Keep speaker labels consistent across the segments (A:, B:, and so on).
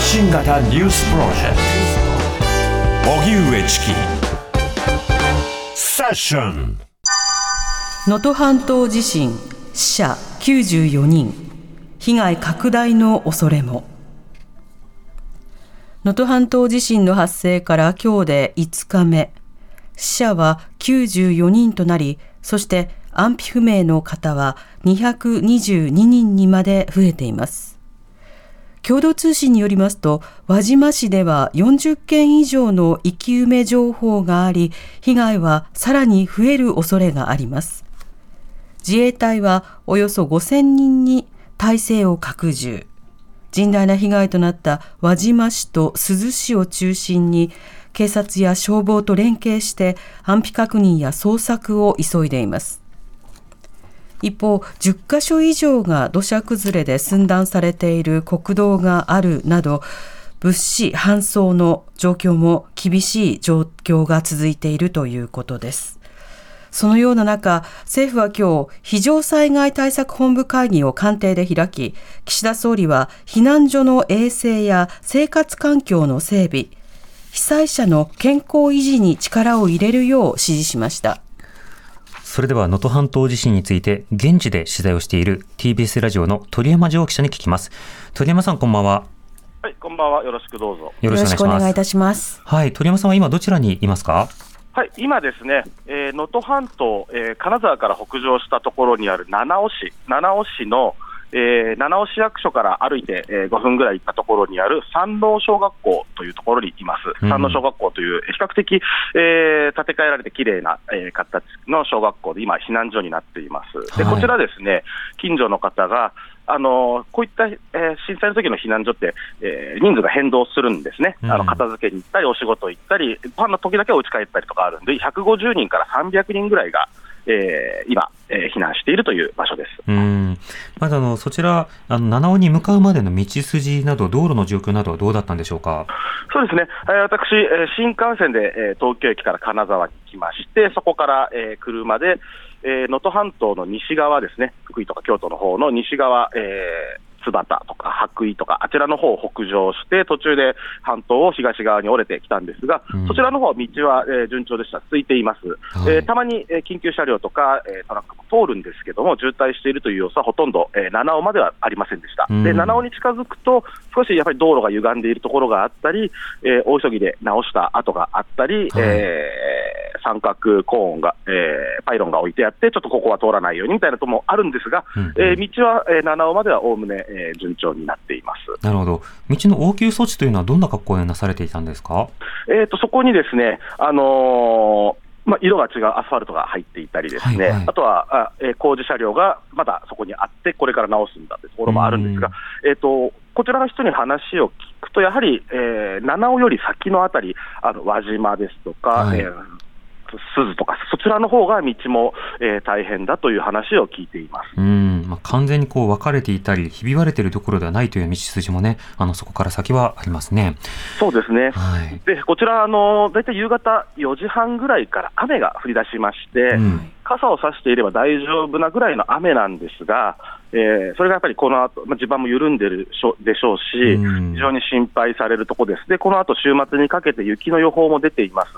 A: 信型ニュースプロジェクト荻上チキセッション。
B: 能登半島地震、死者94人、被害拡大の恐れも。能登半島地震の発生から今日で5日目、死者は94人となり、そして安否不明の方は222人にまで増えています。共同通信によりますと、輪島市では40件以上の生き埋め情報があり、被害はさらに増える恐れがあります。自衛隊はおよそ5000人に態勢を拡充。甚大な被害となった輪島市と珠洲市を中心に、警察や消防と連携して安否確認や捜索を急いでいます。一方、10カ所以上が土砂崩れで寸断されている国道があるなど、物資搬送の状況も厳しい状況が続いているということです。そのような中、政府は今日、非常災害対策本部会議を官邸で開き、岸田総理は避難所の衛生や生活環境の整備、被災者の健康維持に力を入れるよう指示しました。
C: それでは能登半島地震について現地で取材をしている TBS ラジオの鳥山城記者に聞きます。鳥山さん、こんばんは。
D: はい、こんばんは。よろしくどうぞ。
B: よろしくお願いいたします。
C: はい、鳥山さんは今どちらにいますか？
D: はい、今ですね、能登半島、金沢から北上したところにある七尾市の七尾市役所から歩いて、5分ぐらい行ったところにある山王小学校というところにいます。山王小学校という比較的、建て替えられて綺麗な、形の小学校で今避難所になっています。で、こちらですね、近所の方がこういった、震災の時の避難所って、人数が変動するんですね。片付けに行ったりお仕事行ったり、ファンの時だけお家帰ったりとかあるんで、150人から300人ぐらいが今、避難しているという場所です。
C: まずそちら七尾に向かうまでの道筋など道路の状況などはどうだったんでしょうか？
D: そうですね、私、新幹線で、東京駅から金沢に行きまして、そこから、車で能登半島の西側ですね、福井とか京都の方の西側、津幡とか羽咋とかあちらの方を北上して途中で半島を東側に折れてきたんですが、そちらの方道は、順調でした。続いています。たまに、緊急車両とか、トラックも通るんですけども、渋滞しているという様子はほとんど、七尾まではありませんでした。で、七尾に近づくと少しやっぱり道路が歪んでいるところがあったり、大急ぎで直した跡があったり、三角コーンが、パイロンが置いてあってちょっとここは通らないようにみたいなところもあるんですが、道は、七尾まではおおむね順調になっています。
C: なるほど。道の応急措置というのはどんな格好でなされていたんですか？
D: そこにですね、色が違うアスファルトが入っていたりですね、あとは工事車両がまだそこにあってこれから直すんだというところもあるんですが、こちらの人に話を聞くとやはり、七尾より先のあたり輪島ですとか、珠洲とかそちらの方が道も、大変だという話を聞いています。
C: 完全に分かれていたりひび割れているところではないという道筋もね、そこから先はありますね。
D: そうですね、でこちらだいたい夕方4時半ぐらいから雨が降り出しまして、傘を差していれば大丈夫なぐらいの雨なんですが、それがやっぱりこの後、地盤も緩んでるでしょうし、非常に心配されるところです。でこの後週末にかけて雪の予報も出ています。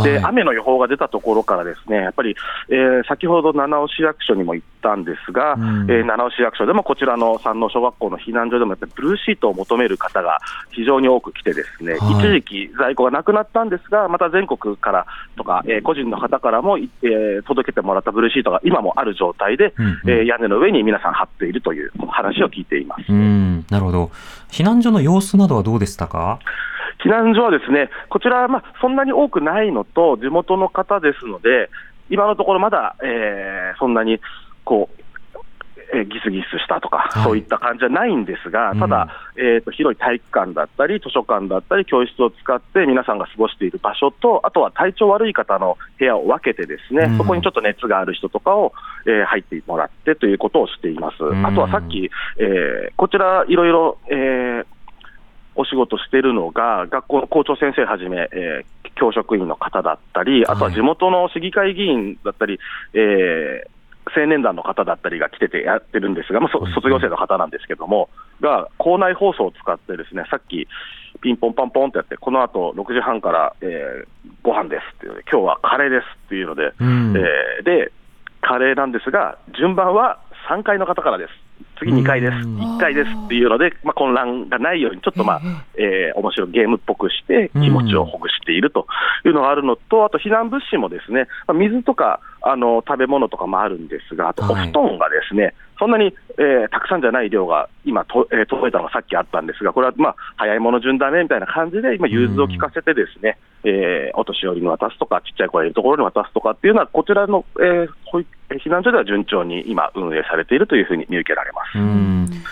D: で雨の予報が出たところからですね、やっぱり、先ほど七尾市役所にも行ったんですが、七尾市役所でもこちらの山王小学校の避難所でもやっぱりブルーシートを求める方が非常に多く来てですね、一時期在庫がなくなったんですが、また全国からとか、個人の方からも、届けてもらったブルーシートが今もある状態で、屋根の上に皆さん張っているという話を聞いています。
C: なるほど。避難所の様子などはどうでしたか？
D: 避難所はですね、こちらはそんなに多くないのと地元の方ですので、今のところまだ、そんなにギスギスしたとか、そういった感じはないんですが、ただ、広い体育館だったり図書館だったり教室を使って皆さんが過ごしている場所と、あとは体調悪い方の部屋を分けてですね、そこにちょっと熱がある人とかを、入ってもらってということをしています。あとはさっき、こちらいろいろ、お仕事しているのが学校の校長先生はじめ、教職員の方だったり、あとは地元の市議会議員だったり、 青年団の方だったりが来ててやってるんですが、卒業生の方なんですけども、が校内放送を使ってですね、さっきピンポンパンポンってやって、この後6時半から、ご飯ですっていうので、今日はカレーですっていうので、でカレーなんですが、順番は3階の方からです、次2階です、1階ですっていうので、混乱がないようにちょっと面白いゲームっぽくして気持ちをほぐしているというのがあるのと、あと避難物資もですね、水とか食べ物とかもあるんですが、あとお布団がですね、そんなに、たくさんじゃない量が今届いたのがさっきあったんですが、これは早いもの順だねみたいな感じで今融通を聞かせてですね、お年寄りに渡すとかちっちゃい子がいるところに渡すとかっていうのはこちらの、避難所では順調に今運営されているというふうに見受けられます。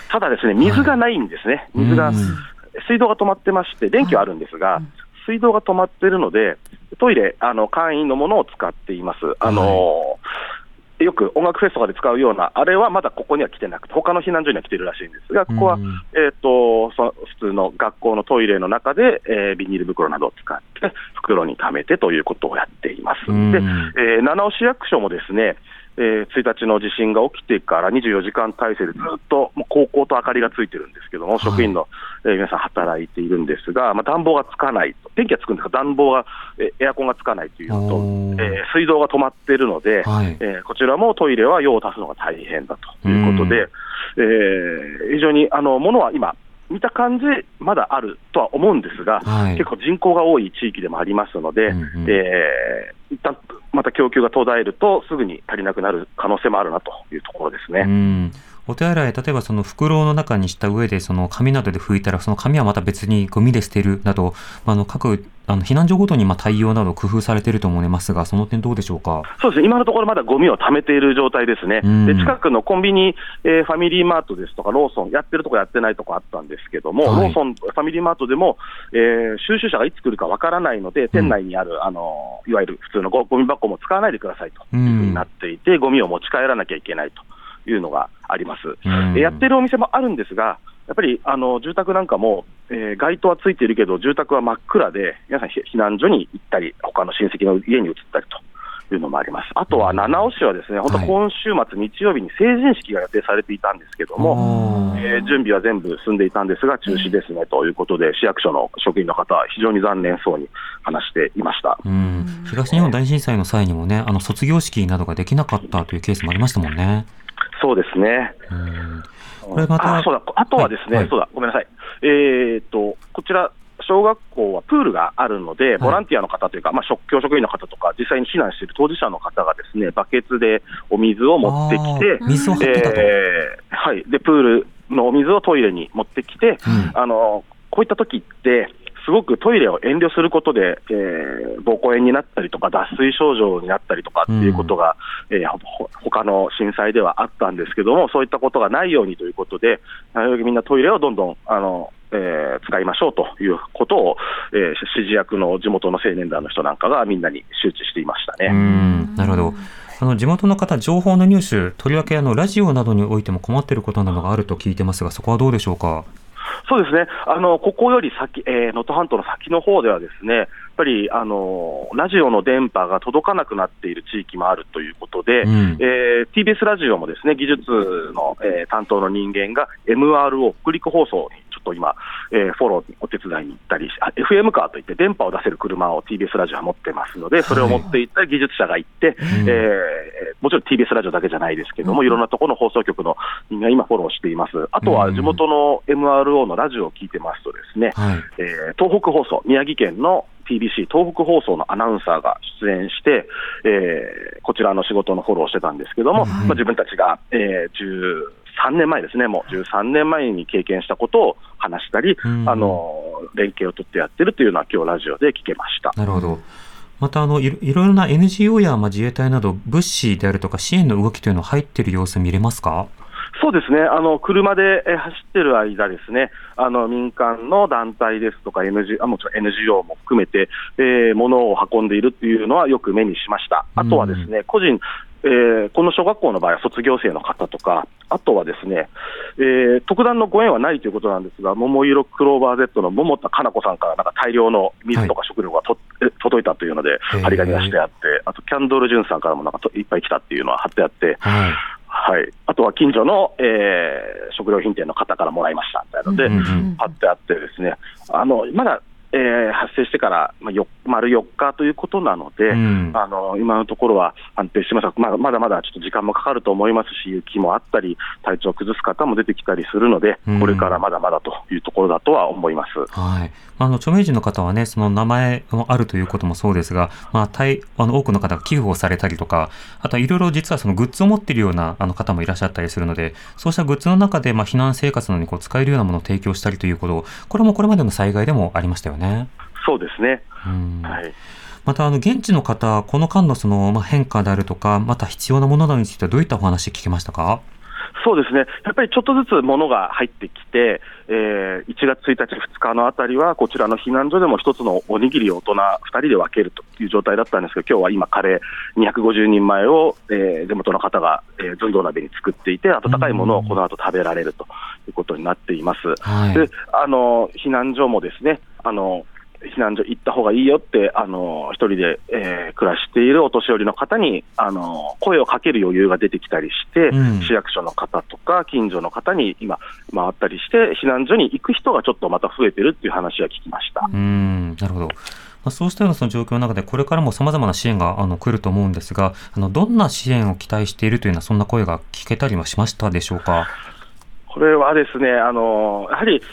D: ただですね、水がないんですね。水道が止まってまして、電気はあるんですが、水道が止まっているので、トイレ簡易のものを使っています。よく音楽フェスとかで使うようなあれはまだここには来てなくて、他の避難所には来てるらしいんですが、ここは、普通の学校のトイレの中で、ビニール袋などを使って袋に溜めてということをやっています。で、七尾市役所もですね、1日の地震が起きてから24時間体制でずっと高校と明かりがついてるんですけども、職員の皆さん働いているんですが、暖房がつかないと、電気がつくんですが暖房がエアコンがつかないというのと、水道が止まっているので、こちらもトイレは用を足すのが大変だということで、非常に物は今見た感じまだあるとは思うんですが、結構人口が多い地域でもありますので、一旦また供給が途絶えるとすぐに足りなくなる可能性もあるなというところですね。
C: お手洗い、例えばその袋の中にした上でその紙などで拭いたら、その紙はまた別にゴミで捨てるなど、各避難所ごとに対応など工夫されていると思いますが、その点どうでしょうか。
D: そうですね、今のところまだゴミを溜めている状態ですね。で、近くのコンビニ、ファミリーマートですとかローソン、やってるとこやってないとこあったんですけども、ローソン、ファミリーマートでも、収集車がいつ来るかわからないので、店内にあるいわゆる普通のゴミ箱も使わないでくださいというふうになっていて、ゴミを持ち帰らなきゃいけないというのがあります。やってるお店もあるんですが、やっぱり住宅なんかも、街灯はついているけど住宅は真っ暗で、皆さん避難所に行ったり他の親戚の家に移ったりというのもあります。あとは七尾市はですね、本当今週末日曜日に成人式が予定されていたんですけども、準備は全部済んでいたんですが中止ですねということで、市役所の職員の方は非常に残念そうに話していました。
C: 東日本大震災の際にもね、卒業式などができなかったというケースもありましたもんね。
D: そうですね。
C: これまた
D: そうだ、あとはですね、そうだ、ごめんなさい。こちら小学校はプールがあるので、ボランティアの方というか、教職員の方とか、実際に避難している当事者の方がですね、バケツでお水を持ってきて、
C: 水を張ってたと。
D: でプールのお水をトイレに持ってきて、こういった時ってすごくトイレを遠慮することで、膀胱炎になったりとか脱水症状になったりとかっていうことが、他の震災ではあったんですけども、そういったことがないようにということで、みんなトイレをどんどん使いましょうということを、指示役の地元の青年団の人なんかがみんなに周知していましたね。
C: なるほど。地元の方、情報の入手、とりわけラジオなどにおいても困っていることなどがあると聞いてますが、そこはどうでしょうか。
D: そうですね、ここより先、能登半島の先の方ではですね、やっぱりラジオの電波が届かなくなっている地域もあるということで、TBS ラジオもですね、技術の、担当の人間が MRO 北陸放送にちょっと今、フォローにお手伝いに行ったり、FM カーといって電波を出せる車を TBS ラジオは持ってますので、それを持っていった技術者が行って、もちろん TBS ラジオだけじゃないですけども、いろんなところの放送局の人が今フォローしています。あとは地元の MRO のラジオを聞いてますとですね、東北放送、宮城県の TBC 東北放送のアナウンサーが出演して、こちらの仕事のフォローをしてたんですけども、自分たちが、13年前ですね、もう13年前に経験したことを話したり、連携を取ってやってるというのは今日ラジオで聞けました。
C: なるほど。またいろいろな NGO や自衛隊など物資であるとか支援の動きというのは入っている様子見れますか。
D: そうですね、車で走ってる間ですね、民間の団体ですとか もちろん NGO も含めて、物を運んでいるっていうのはよく目にしました。あとはですね、個人この小学校の場合は卒業生の方とか、あとはですね、特段のご縁はないということなんですが、桃色クローバー Z の桃田かな子さんからなんか大量の水とか食料が届いたというので、張り紙がしてあって、あとキャンドル・ジュンさんからもなんかいっぱい来たっていうのは貼ってあって、はい、あとは近所の、食料品店の方からもらいましたみたいなので、貼ってあってですね、まだ発生してから丸4日ということなので、今のところは安定してますが、まだまだちょっと時間もかかると思いますし、雪もあったり、体調を崩す方も出てきたりするので、これからまだまだというところだとは思います。
C: はい、著名人の方はね、その名前もあるということもそうですが、多くの方が寄付をされたりとか、あとはいろいろ実はそのグッズを持っているような方もいらっしゃったりするので、そうしたグッズの中で避難生活のに使えるようなものを提供したりということ、これもこれまでの災害でもありましたよね。
D: そうですね。はい、
C: また現地の方、この間の変化であるとか、また必要なものなどについてはどういったお話聞けましたか？
D: そうですね、やっぱりちょっとずつ物が入ってきて、1月1日、2日のあたりは、こちらの避難所でも一つのおにぎりを大人2人で分けるという状態だったんですけど、今日は今、カレー250人前を、地元の方が、寸胴鍋に作っていて、温かいものをこの後食べられるということになっています。で避難所もですね、避難所行った方がいいよって一人で、暮らしているお年寄りの方に声をかける余裕が出てきたりして、市役所の方とか近所の方に今回ったりして避難所に行く人がちょっとまた増えてるっていう話は聞きました。
C: なるほど。そうしたようなその状況の中でこれからも様々な支援が来ると思うんですが、どんな支援を期待しているというようなそんな声が聞けたりはしましたでしょうか？
D: これはですね、やはり、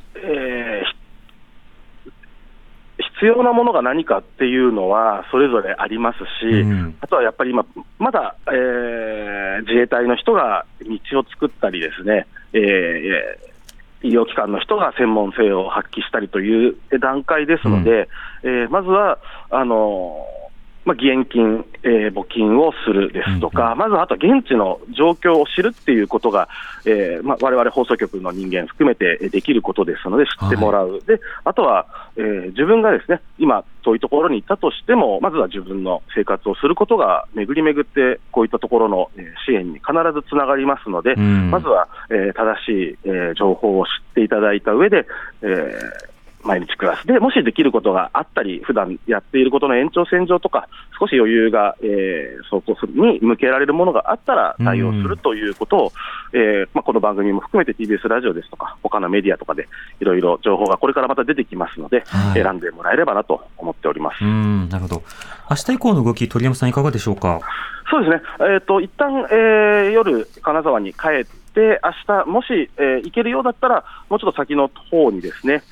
D: 必要なものが何かっていうのはそれぞれありますし、あとはやっぱり今まだ、自衛隊の人が道を作ったりですね、医療機関の人が専門性を発揮したりという段階ですので、まずは義援金、募金をするですとか、まずあとは現地の状況を知るっていうことが、我々放送局の人間含めてできることですので知ってもらう。で、あとは、自分がですね、今そういうところにいたとしても、まずは自分の生活をすることが巡り巡ってこういったところの支援に必ずつながりますので、まずは、正しい、情報を知っていただいた上で、毎日暮らすで、もしできることがあったり、普段やっていることの延長線上とか、少し余裕が、走行するに向けられるものがあったら対応するということを、この番組も含めて TBS ラジオですとか、他のメディアとかでいろいろ情報がこれからまた出てきますので、選んでもらえればなと思っております。
C: なるほど。明日以降の動き、鳥山さんいかがでしょうか？
D: そうですね、一旦、夜、金沢に帰って、明日もし、行けるようだったら、もうちょっと先の方にですね、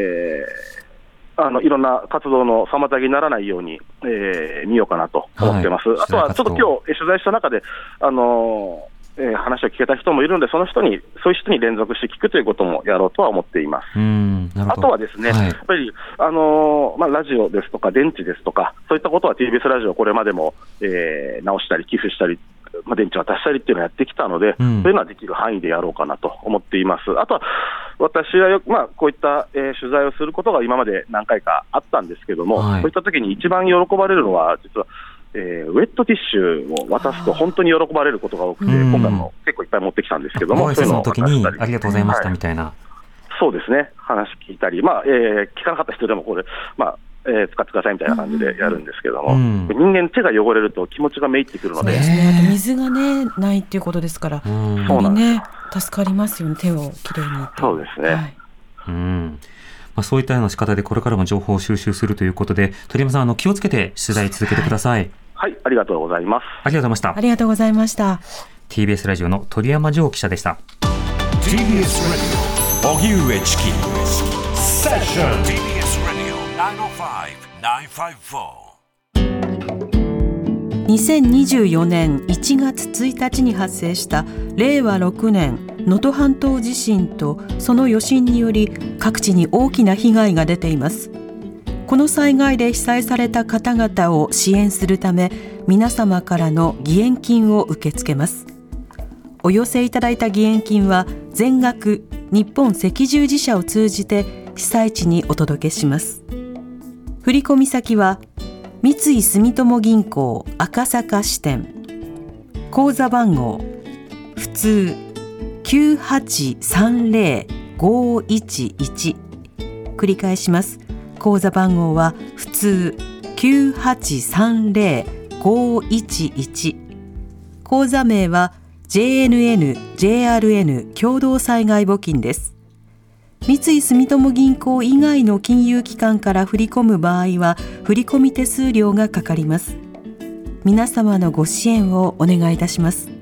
D: いろんな活動の妨げにならないように、見ようかなと思ってます。あとはちょっと今日取材した中で、話を聞けた人もいるので、そういう人に連続して聞くということもやろうとは思っています。あとはですね、やっぱり、ラジオですとか電池ですとか、そういったことは TBS ラジオこれまでも、直したり寄付したり、電池渡したりっていうのをやってきたので、そういうのはできる範囲でやろうかなと思っています。あとは私はこういった、取材をすることが今まで何回かあったんですけども、こういった時に一番喜ばれるのは実はウェットティッシュを渡すと本当に喜ばれることが多くて、今回も結構いっぱい持ってきたんですけども、
C: そういうのを時にありがとうございましたみたいな、
D: そうですね、話聞いたり、聞かなかった人でもこれ、使ってくださいみたいな感じでやるんですけども、人間手が汚れると気持ちがめいってくるので、
B: あと水がねないっていうことですから、そうなんです、助かりますよね、手をきれいに。
D: そうですね、
C: そういったような仕方でこれからも情報を収集するということで、鳥山さん気をつけて取材続けてください。
D: はい、ありがとうございます。
C: ありがとうございました。
B: ありがとうございました。
C: TBS ラジオの鳥山城記者でした。
A: TBS ラジオ荻上チキセッション TBS ラジオ905-954。
B: 2024年1月1日に発生した令和6年能登半島地震とその余震により各地に大きな被害が出ています。この災害で被災された方々を支援するため、皆様からの義援金を受け付けます。お寄せいただいた義援金は全額日本赤十字社を通じて被災地にお届けします。振込先は三井住友銀行赤坂支店口座番号普通 9830-511 繰り返します。口座番号は普通 9830-511。口座名は JNN-JRN 共同災害募金です。三井住友銀行以外の金融機関から振り込む場合は振込手数料がかかります。皆様のご支援をお願いいたします。